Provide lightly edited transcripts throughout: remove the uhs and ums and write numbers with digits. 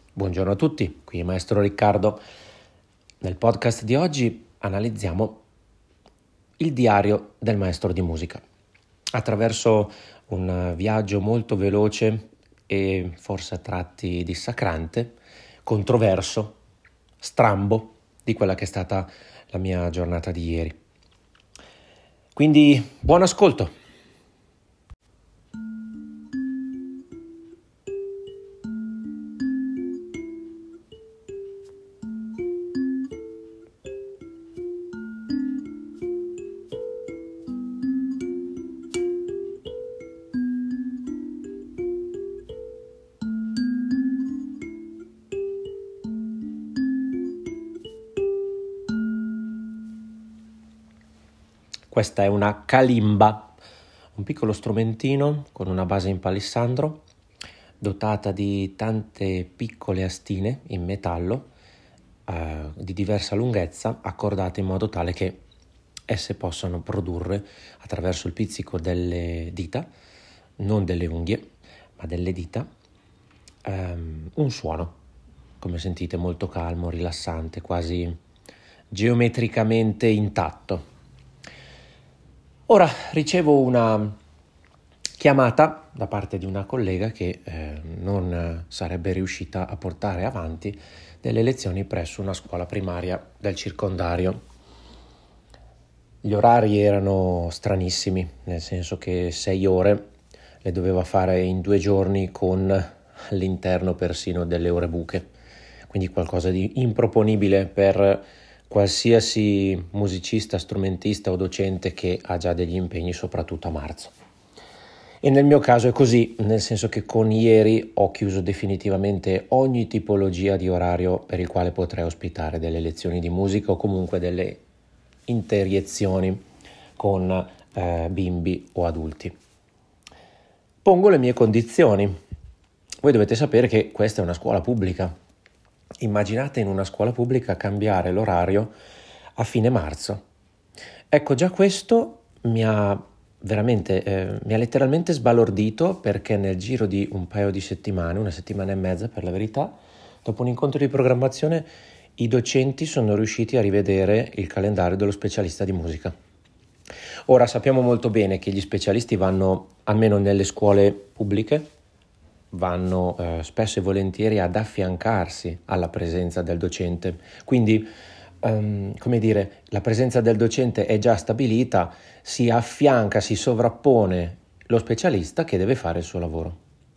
Buongiorno a tutti, qui è Maestro Riccardo. Nel podcast di oggi analizziamo il diario del maestro di musica. Attraverso un viaggio molto veloce e forse a tratti dissacrante, controverso, strambo di quella che è stata la mia giornata di ieri. Quindi buon ascolto! Questa è una kalimba, un piccolo strumentino con una base in palissandro, dotata di tante piccole astine in metallo di diversa lunghezza, accordate in modo tale che esse possano produrre attraverso il pizzico delle dita, non delle unghie, ma delle dita, un suono, come sentite, molto calmo, rilassante, quasi geometricamente intatto. Ora ricevo una chiamata da parte di una collega che non sarebbe riuscita a portare avanti delle lezioni presso una scuola primaria del circondario. Gli orari erano stranissimi, nel senso che 6 ore le doveva fare in 2 giorni con all'interno persino delle ore buche, quindi qualcosa di improponibile per qualsiasi musicista, strumentista o docente che ha già degli impegni, soprattutto a marzo. E nel mio caso è così, nel senso che con ieri ho chiuso definitivamente ogni tipologia di orario per il quale potrei ospitare delle lezioni di musica o comunque delle interiezioni con bimbi o adulti. Pongo le mie condizioni. Voi dovete sapere che questa è una scuola pubblica. Immaginate in una scuola pubblica cambiare l'orario a fine marzo. Ecco, già questo mi ha letteralmente sbalordito, perché nel giro di un paio di settimane, una settimana e mezza per la verità, dopo un incontro di programmazione, i docenti sono riusciti a rivedere il calendario dello specialista di musica. Ora sappiamo molto bene che gli specialisti vanno, almeno nelle scuole pubbliche, vanno spesso e volentieri ad affiancarsi alla presenza del docente. Quindi, la presenza del docente è già stabilita, si affianca, si sovrappone lo specialista che deve fare il suo lavoro.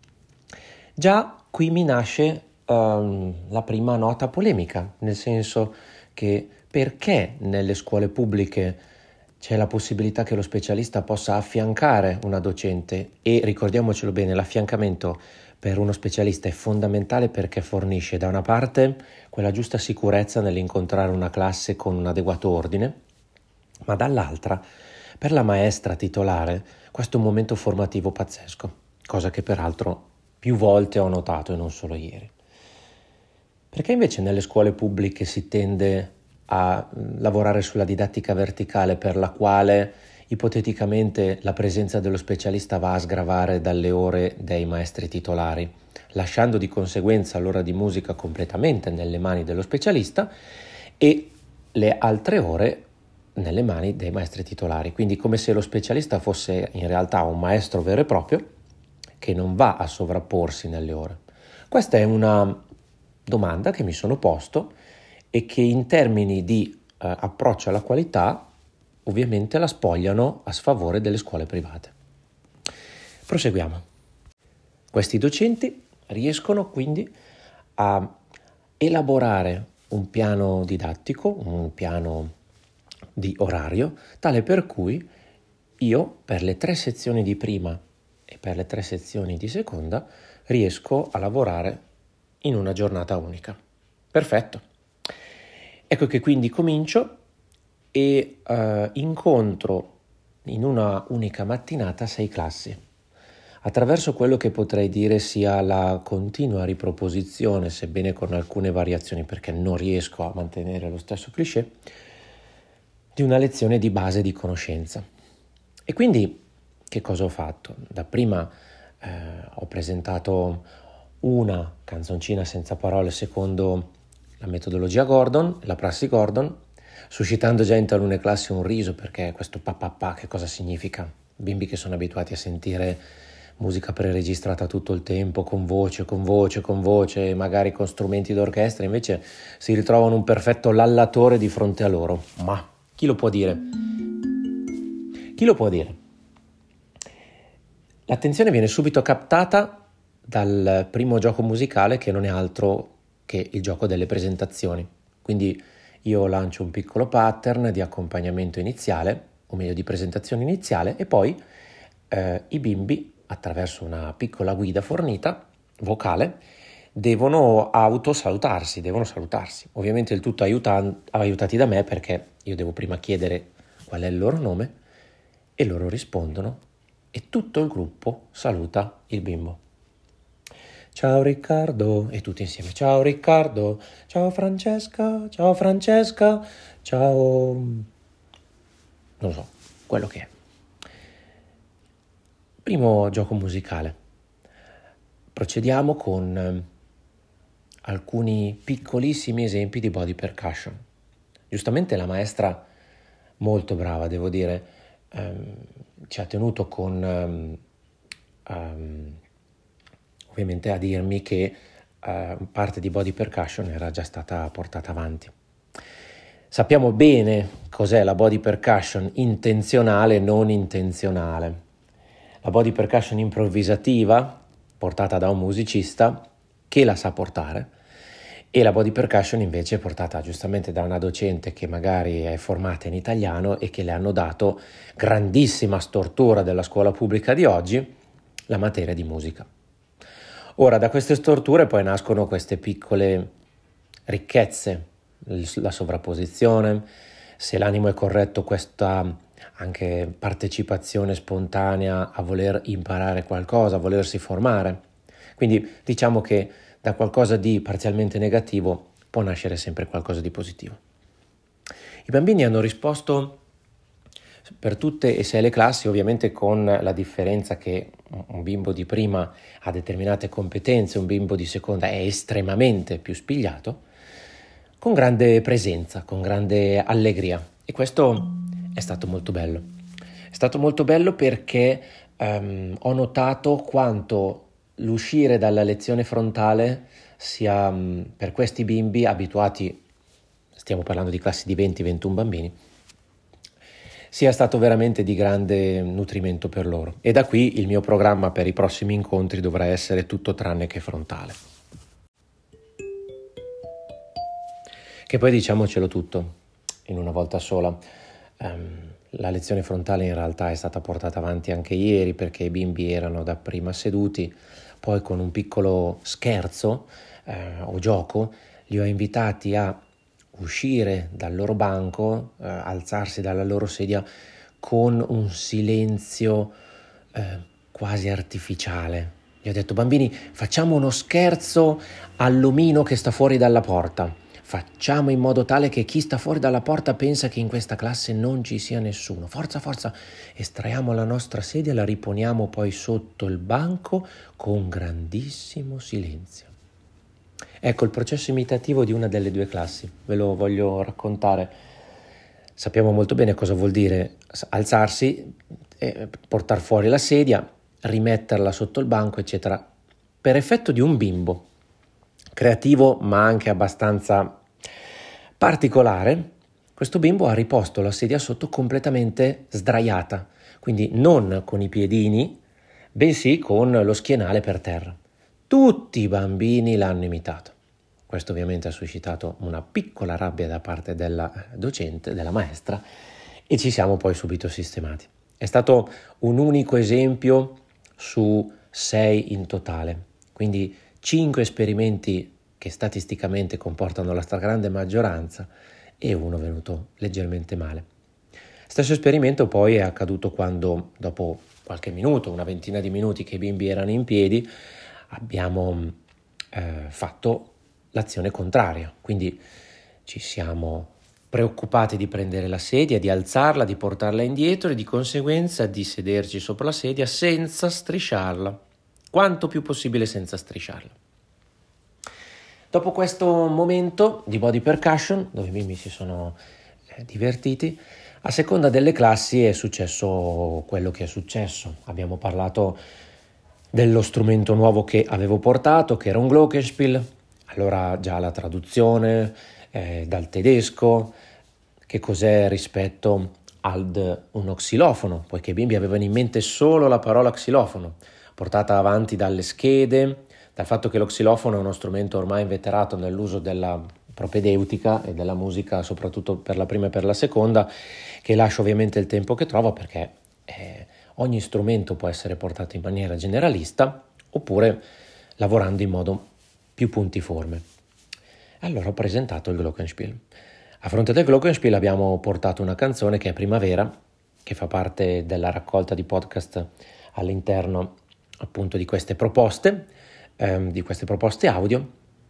Già qui mi nasce la prima nota polemica, nel senso che perché nelle scuole pubbliche c'è la possibilità che lo specialista possa affiancare una docente, e ricordiamocelo bene, l'affiancamento per uno specialista è fondamentale perché fornisce da una parte quella giusta sicurezza nell'incontrare una classe con un adeguato ordine, ma dall'altra per la maestra titolare questo è un momento formativo pazzesco, cosa che peraltro più volte ho notato e non solo ieri. Perché invece nelle scuole pubbliche si tende a lavorare sulla didattica verticale, per la quale ipoteticamente la presenza dello specialista va a sgravare dalle ore dei maestri titolari, lasciando di conseguenza l'ora di musica completamente nelle mani dello specialista e le altre ore nelle mani dei maestri titolari, quindi come se lo specialista fosse in realtà un maestro vero e proprio che non va a sovrapporsi nelle ore. Questa è una domanda che mi sono posto e che in termini di approccio alla qualità ovviamente la spogliano a sfavore delle scuole private. Proseguiamo. Questi docenti riescono quindi a elaborare un piano didattico, un piano di orario, tale per cui io per le 3 sezioni di prima e per le 3 sezioni di seconda riesco a lavorare in una giornata unica. Perfetto. Ecco che quindi comincio e incontro in una unica mattinata 6 classi. Attraverso quello che potrei dire sia la continua riproposizione, sebbene con alcune variazioni perché non riesco a mantenere lo stesso cliché, di una lezione di base di conoscenza. E quindi che cosa ho fatto? Dapprima ho presentato una canzoncina senza parole secondo la metodologia Gordon, la prassi Gordon, suscitando già in talune classi un riso, perché questo papà che cosa significa? Bimbi che sono abituati a sentire musica preregistrata tutto il tempo, con voce, magari con strumenti d'orchestra, invece si ritrovano un perfetto lallatore di fronte a loro. Ma chi lo può dire? Chi lo può dire? L'attenzione viene subito captata dal primo gioco musicale, che non è altro che il gioco delle presentazioni. Quindi io lancio un piccolo pattern di accompagnamento iniziale, o meglio di presentazione iniziale, e poi i bimbi, attraverso una piccola guida fornita, vocale, devono autosalutarsi, devono salutarsi. Ovviamente il tutto aiutati da me, perché io devo prima chiedere qual è il loro nome e loro rispondono e tutto il gruppo saluta il bimbo. Ciao Riccardo, e tutti insieme, ciao Riccardo, ciao Francesca, ciao, non so, quello che è. Primo gioco musicale. Procediamo con alcuni piccolissimi esempi di body percussion. Giustamente la maestra, molto brava, devo dire, ci ha tenuto con ovviamente a dirmi che parte di body percussion era già stata portata avanti. Sappiamo bene cos'è la body percussion intenzionale e non intenzionale. La body percussion improvvisativa, portata da un musicista che la sa portare, e la body percussion invece è portata giustamente da una docente che magari è formata in italiano e che le hanno dato, grandissima stortura della scuola pubblica di oggi, la materia di musica. Ora, da queste storture poi nascono queste piccole ricchezze, la sovrapposizione, se l'animo è corretto, questa anche partecipazione spontanea a voler imparare qualcosa, a volersi formare. Quindi diciamo che da qualcosa di parzialmente negativo può nascere sempre qualcosa di positivo. I bambini hanno risposto per tutte e sei le classi, ovviamente con la differenza che un bimbo di prima ha determinate competenze, un bimbo di seconda è estremamente più spigliato, con grande presenza, con grande allegria. E questo è stato molto bello. È stato molto bello perché ho notato quanto l'uscire dalla lezione frontale sia per questi bimbi abituati, stiamo parlando di classi di 20-21 bambini, sia stato veramente di grande nutrimento per loro. E da qui il mio programma per i prossimi incontri dovrà essere tutto tranne che frontale. Che poi diciamocelo tutto, in una volta sola. La lezione frontale in realtà è stata portata avanti anche ieri, perché i bimbi erano dapprima seduti, poi con un piccolo scherzo o gioco li ho invitati a uscire dal loro banco, alzarsi dalla loro sedia con un silenzio quasi artificiale. Gli ho detto: bambini, facciamo uno scherzo all'omino che sta fuori dalla porta. Facciamo in modo tale che chi sta fuori dalla porta pensa che in questa classe non ci sia nessuno. Forza, forza! Estraiamo la nostra sedia e la riponiamo poi sotto il banco con grandissimo silenzio. Ecco il processo imitativo di una delle due classi. Ve lo voglio raccontare. Sappiamo molto bene cosa vuol dire alzarsi, portare fuori la sedia, rimetterla sotto il banco, eccetera. Per effetto di un bimbo creativo ma anche abbastanza particolare, questo bimbo ha riposto la sedia sotto completamente sdraiata, quindi non con i piedini, bensì con lo schienale per terra. Tutti i bambini l'hanno imitato. Questo ovviamente ha suscitato una piccola rabbia da parte della docente, della maestra, e ci siamo poi subito sistemati. È stato un unico esempio su 6 in totale, quindi 5 esperimenti che statisticamente comportano la stragrande maggioranza e uno venuto leggermente male. Stesso esperimento poi è accaduto quando, dopo qualche minuto, una ventina di minuti che i bimbi erano in piedi, abbiamo fatto l'azione contraria, quindi ci siamo preoccupati di prendere la sedia, di alzarla, di portarla indietro e di conseguenza di sederci sopra la sedia senza strisciarla, quanto più possibile senza strisciarla. Dopo questo momento di body percussion, dove i bimbi si sono divertiti, a seconda delle classi è successo quello che è successo. Abbiamo parlato dello strumento nuovo che avevo portato, che era un Glockenspiel. Allora già la traduzione dal tedesco, che cos'è rispetto ad uno xilofono, poiché i bimbi avevano in mente solo la parola xilofono, portata avanti dalle schede, dal fatto che lo xilofono è uno strumento ormai inveterato nell'uso della propedeutica e della musica, soprattutto per la prima e per la seconda, che lascia ovviamente il tempo che trova, perché ogni strumento può essere portato in maniera generalista oppure lavorando in modo più puntiforme. Allora ho presentato il Glockenspiel. A fronte del Glockenspiel abbiamo portato una canzone che è Primavera, che fa parte della raccolta di podcast all'interno appunto di queste proposte audio,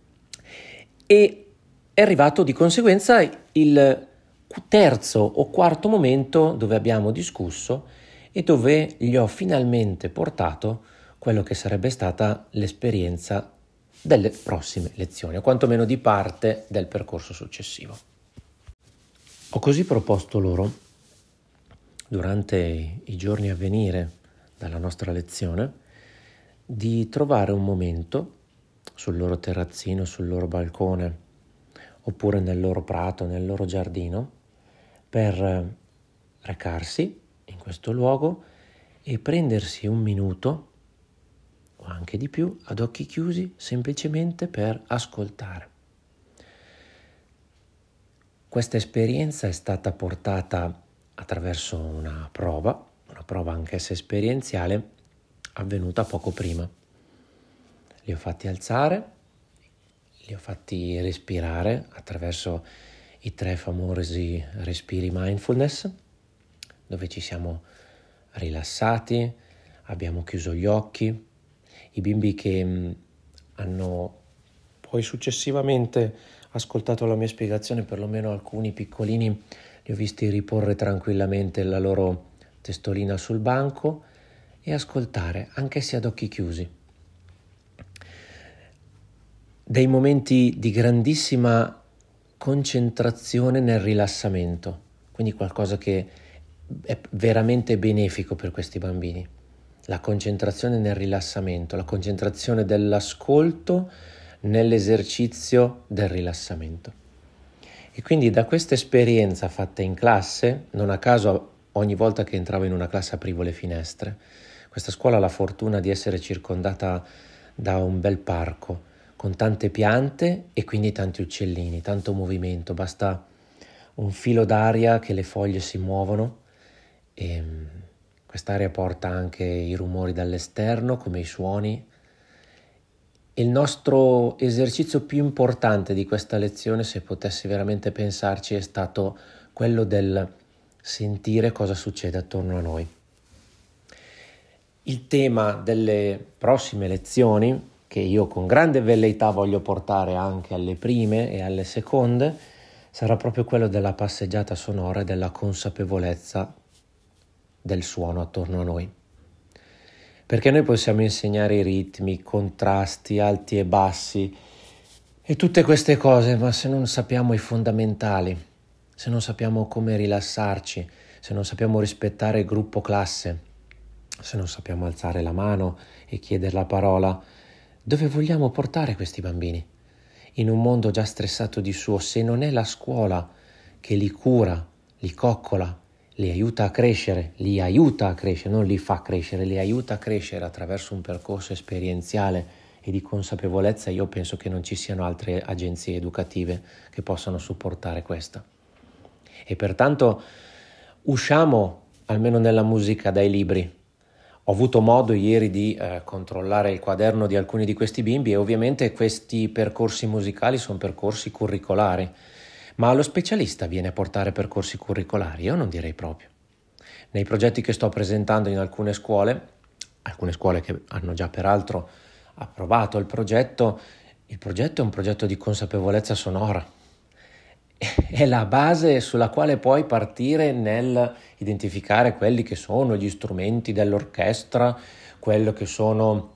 e è arrivato di conseguenza il terzo o quarto momento dove abbiamo discusso e dove gli ho finalmente portato quello che sarebbe stata l'esperienza delle prossime lezioni, o quantomeno di parte del percorso successivo. Ho così proposto loro, durante i giorni a venire dalla nostra lezione, di trovare un momento sul loro terrazzino, sul loro balcone, oppure nel loro prato, nel loro giardino, per recarsi in questo luogo e prendersi un minuto o anche di più ad occhi chiusi, semplicemente per ascoltare. Questa esperienza è stata portata attraverso una prova anch'essa esperienziale, avvenuta poco prima. Li ho fatti alzare, li ho fatti respirare attraverso i 3 famosi respiri mindfulness, dove ci siamo rilassati, abbiamo chiuso gli occhi. I bimbi che hanno poi successivamente ascoltato la mia spiegazione, perlomeno alcuni piccolini, li ho visti riporre tranquillamente la loro testolina sul banco e ascoltare, anche se ad occhi chiusi. Dei momenti di grandissima concentrazione nel rilassamento, quindi qualcosa che è veramente benefico per questi bambini. La concentrazione nel rilassamento, la concentrazione dell'ascolto nell'esercizio del rilassamento. E quindi da questa esperienza fatta in classe, non a caso ogni volta che entravo in una classe aprivo le finestre. Questa scuola ha la fortuna di essere circondata da un bel parco, con tante piante e quindi tanti uccellini, tanto movimento. Basta un filo d'aria che le foglie si muovono e quest'aria porta anche i rumori dall'esterno, come i suoni. Il nostro esercizio più importante di questa lezione, se potessi veramente pensarci, è stato quello del sentire cosa succede attorno a noi. Il tema delle prossime lezioni, che io con grande velleità voglio portare anche alle prime e alle seconde, sarà proprio quello della passeggiata sonora e della consapevolezza del suono attorno a noi. Perché noi possiamo insegnare i ritmi, i contrasti, alti e bassi e tutte queste cose, ma se non sappiamo i fondamentali, se non sappiamo come rilassarci, se non sappiamo rispettare il gruppo classe, se non sappiamo alzare la mano e chiedere la parola, dove vogliamo portare questi bambini? In un mondo già stressato di suo, se non è la scuola che li cura, li coccola, li aiuta a crescere, non li fa crescere, li aiuta a crescere attraverso un percorso esperienziale e di consapevolezza, io penso che non ci siano altre agenzie educative che possano supportare questa. E pertanto usciamo, almeno nella musica, dai libri. Ho avuto modo ieri di controllare il quaderno di alcuni di questi bimbi e ovviamente questi percorsi musicali sono percorsi curricolari. Ma lo specialista viene a portare percorsi curricolari? Io non direi proprio. Nei progetti che sto presentando in alcune scuole che hanno già peraltro approvato il progetto è un progetto di consapevolezza sonora. È la base sulla quale puoi partire nel identificare quelli che sono gli strumenti dell'orchestra, quello che sono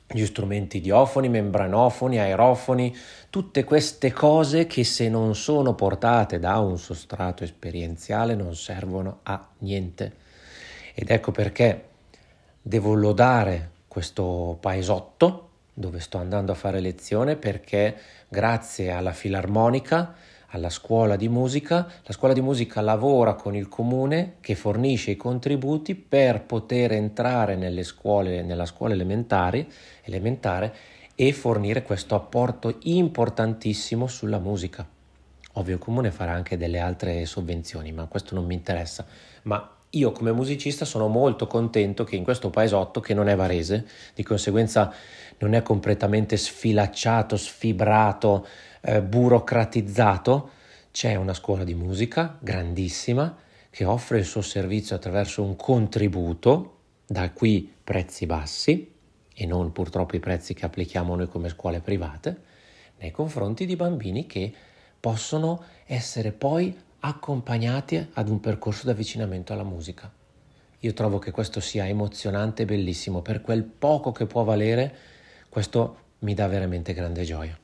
gli strumenti diofoni, membranofoni, aerofoni, tutte queste cose che se non sono portate da un sostrato esperienziale non servono a niente. Ed ecco perché devo lodare questo paesotto dove sto andando a fare lezione, perché grazie alla Filarmonica, alla scuola di musica, la scuola di musica lavora con il comune che fornisce i contributi per poter entrare nelle scuole, nella scuola elementare e fornire questo apporto importantissimo sulla musica. Ovvio, il comune farà anche delle altre sovvenzioni, ma questo non mi interessa. Ma io come musicista sono molto contento che in questo paesotto, che non è Varese, di conseguenza non è completamente sfilacciato, sfibrato, burocratizzato, c'è una scuola di musica grandissima che offre il suo servizio attraverso un contributo, da qui prezzi bassi e non purtroppo i prezzi che applichiamo noi come scuole private, nei confronti di bambini che possono essere poi accompagnati ad un percorso di avvicinamento alla musica. Io trovo che questo sia emozionante e bellissimo, per quel poco che può valere, questo mi dà veramente grande gioia.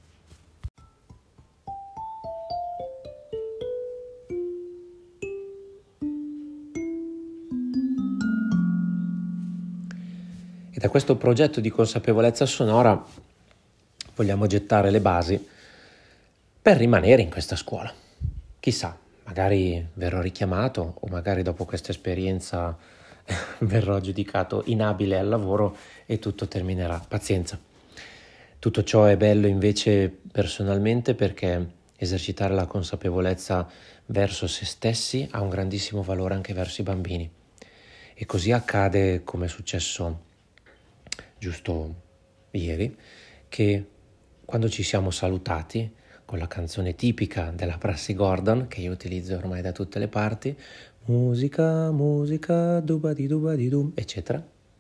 E da questo progetto di consapevolezza sonora vogliamo gettare le basi per rimanere in questa scuola. Chissà, magari verrò richiamato o magari dopo questa esperienza verrò giudicato inabile al lavoro e tutto terminerà. Pazienza. Tutto ciò è bello invece personalmente perché esercitare la consapevolezza verso se stessi ha un grandissimo valore anche verso i bambini. E così accade, come è successo giusto ieri, che quando ci siamo salutati con la canzone tipica della Prassi Gordon, che io utilizzo ormai da tutte le parti, musica, musica, dubadidum, eccetera,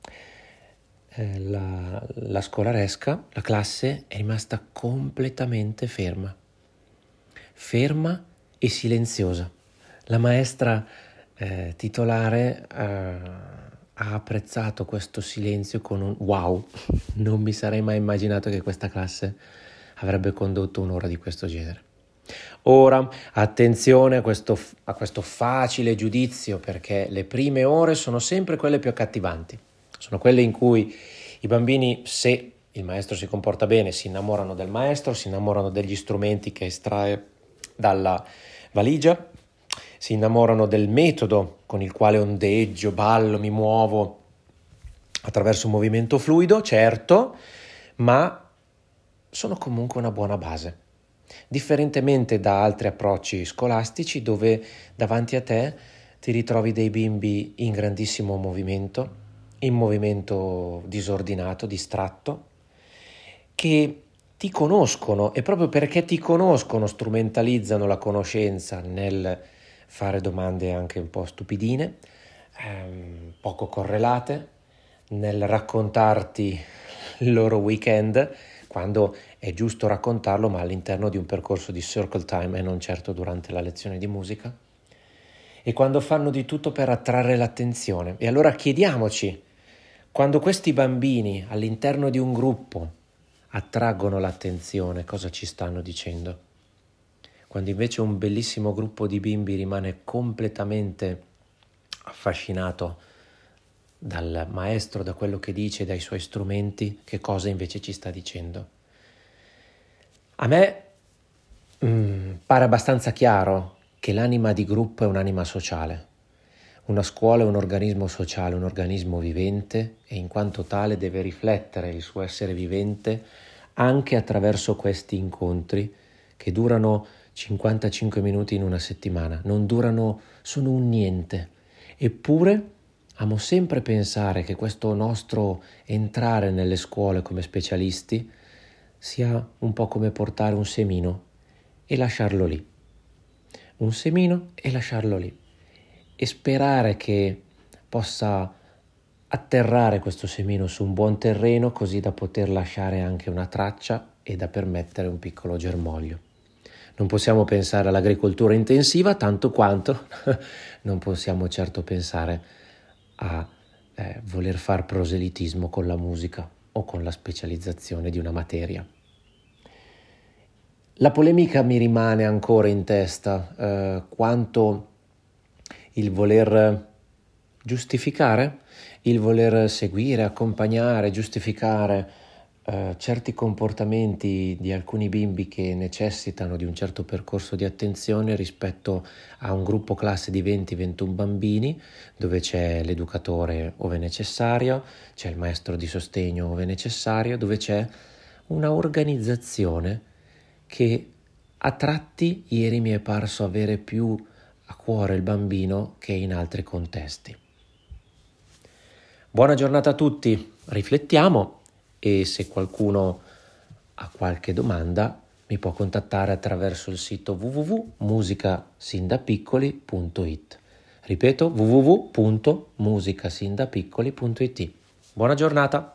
la scolaresca, la classe è rimasta completamente ferma e silenziosa. La maestra titolare ha apprezzato questo silenzio con un wow. Non mi sarei mai immaginato che questa classe avrebbe condotto un'ora di questo genere. Ora, attenzione a questo facile giudizio, perché le prime ore sono sempre quelle più accattivanti. Sono quelle in cui i bambini, se il maestro si comporta bene, si innamorano del maestro, si innamorano degli strumenti che estrae dalla valigia, si innamorano del metodo con il quale ondeggio, ballo, mi muovo attraverso un movimento fluido, certo, ma sono comunque una buona base. Differentemente da altri approcci scolastici dove davanti a te ti ritrovi dei bimbi in grandissimo movimento, in movimento disordinato, distratto, che ti conoscono e proprio perché ti conoscono strumentalizzano la conoscenza nel fare domande anche un po' stupidine, poco correlate, nel raccontarti il loro weekend, quando è giusto raccontarlo, ma all'interno di un percorso di circle time e non certo durante la lezione di musica, e quando fanno di tutto per attrarre l'attenzione. E allora chiediamoci, quando questi bambini all'interno di un gruppo attraggono l'attenzione, cosa ci stanno dicendo? Quando invece un bellissimo gruppo di bimbi rimane completamente affascinato dal maestro, da quello che dice, dai suoi strumenti, che cosa invece ci sta dicendo? A me pare abbastanza chiaro che l'anima di gruppo è un'anima sociale. Una scuola è un organismo sociale, un organismo vivente e in quanto tale deve riflettere il suo essere vivente anche attraverso questi incontri che durano 55 minuti in una settimana, non durano, sono un niente. Eppure amo sempre pensare che questo nostro entrare nelle scuole come specialisti sia un po' come portare un semino e lasciarlo lì. Un semino e lasciarlo lì. E sperare che possa atterrare questo semino su un buon terreno così da poter lasciare anche una traccia e da permettere un piccolo germoglio. Non possiamo pensare all'agricoltura intensiva tanto quanto non possiamo certo pensare a voler far proselitismo con la musica. o con la specializzazione di una materia. La polemica mi rimane ancora in testa, quanto il voler giustificare, il voler seguire, accompagnare, giustificare certi comportamenti di alcuni bimbi che necessitano di un certo percorso di attenzione rispetto a un gruppo classe di 20-21 bambini dove c'è l'educatore ove necessario, c'è il maestro di sostegno ove necessario, dove c'è una organizzazione che a tratti ieri mi è parso avere più a cuore il bambino che in altri contesti. Buona giornata a tutti, riflettiamo e se qualcuno ha qualche domanda mi può contattare attraverso il sito www.musicasindapiccoli.it. Ripeto, www.musicasindapiccoli.it. Buona giornata!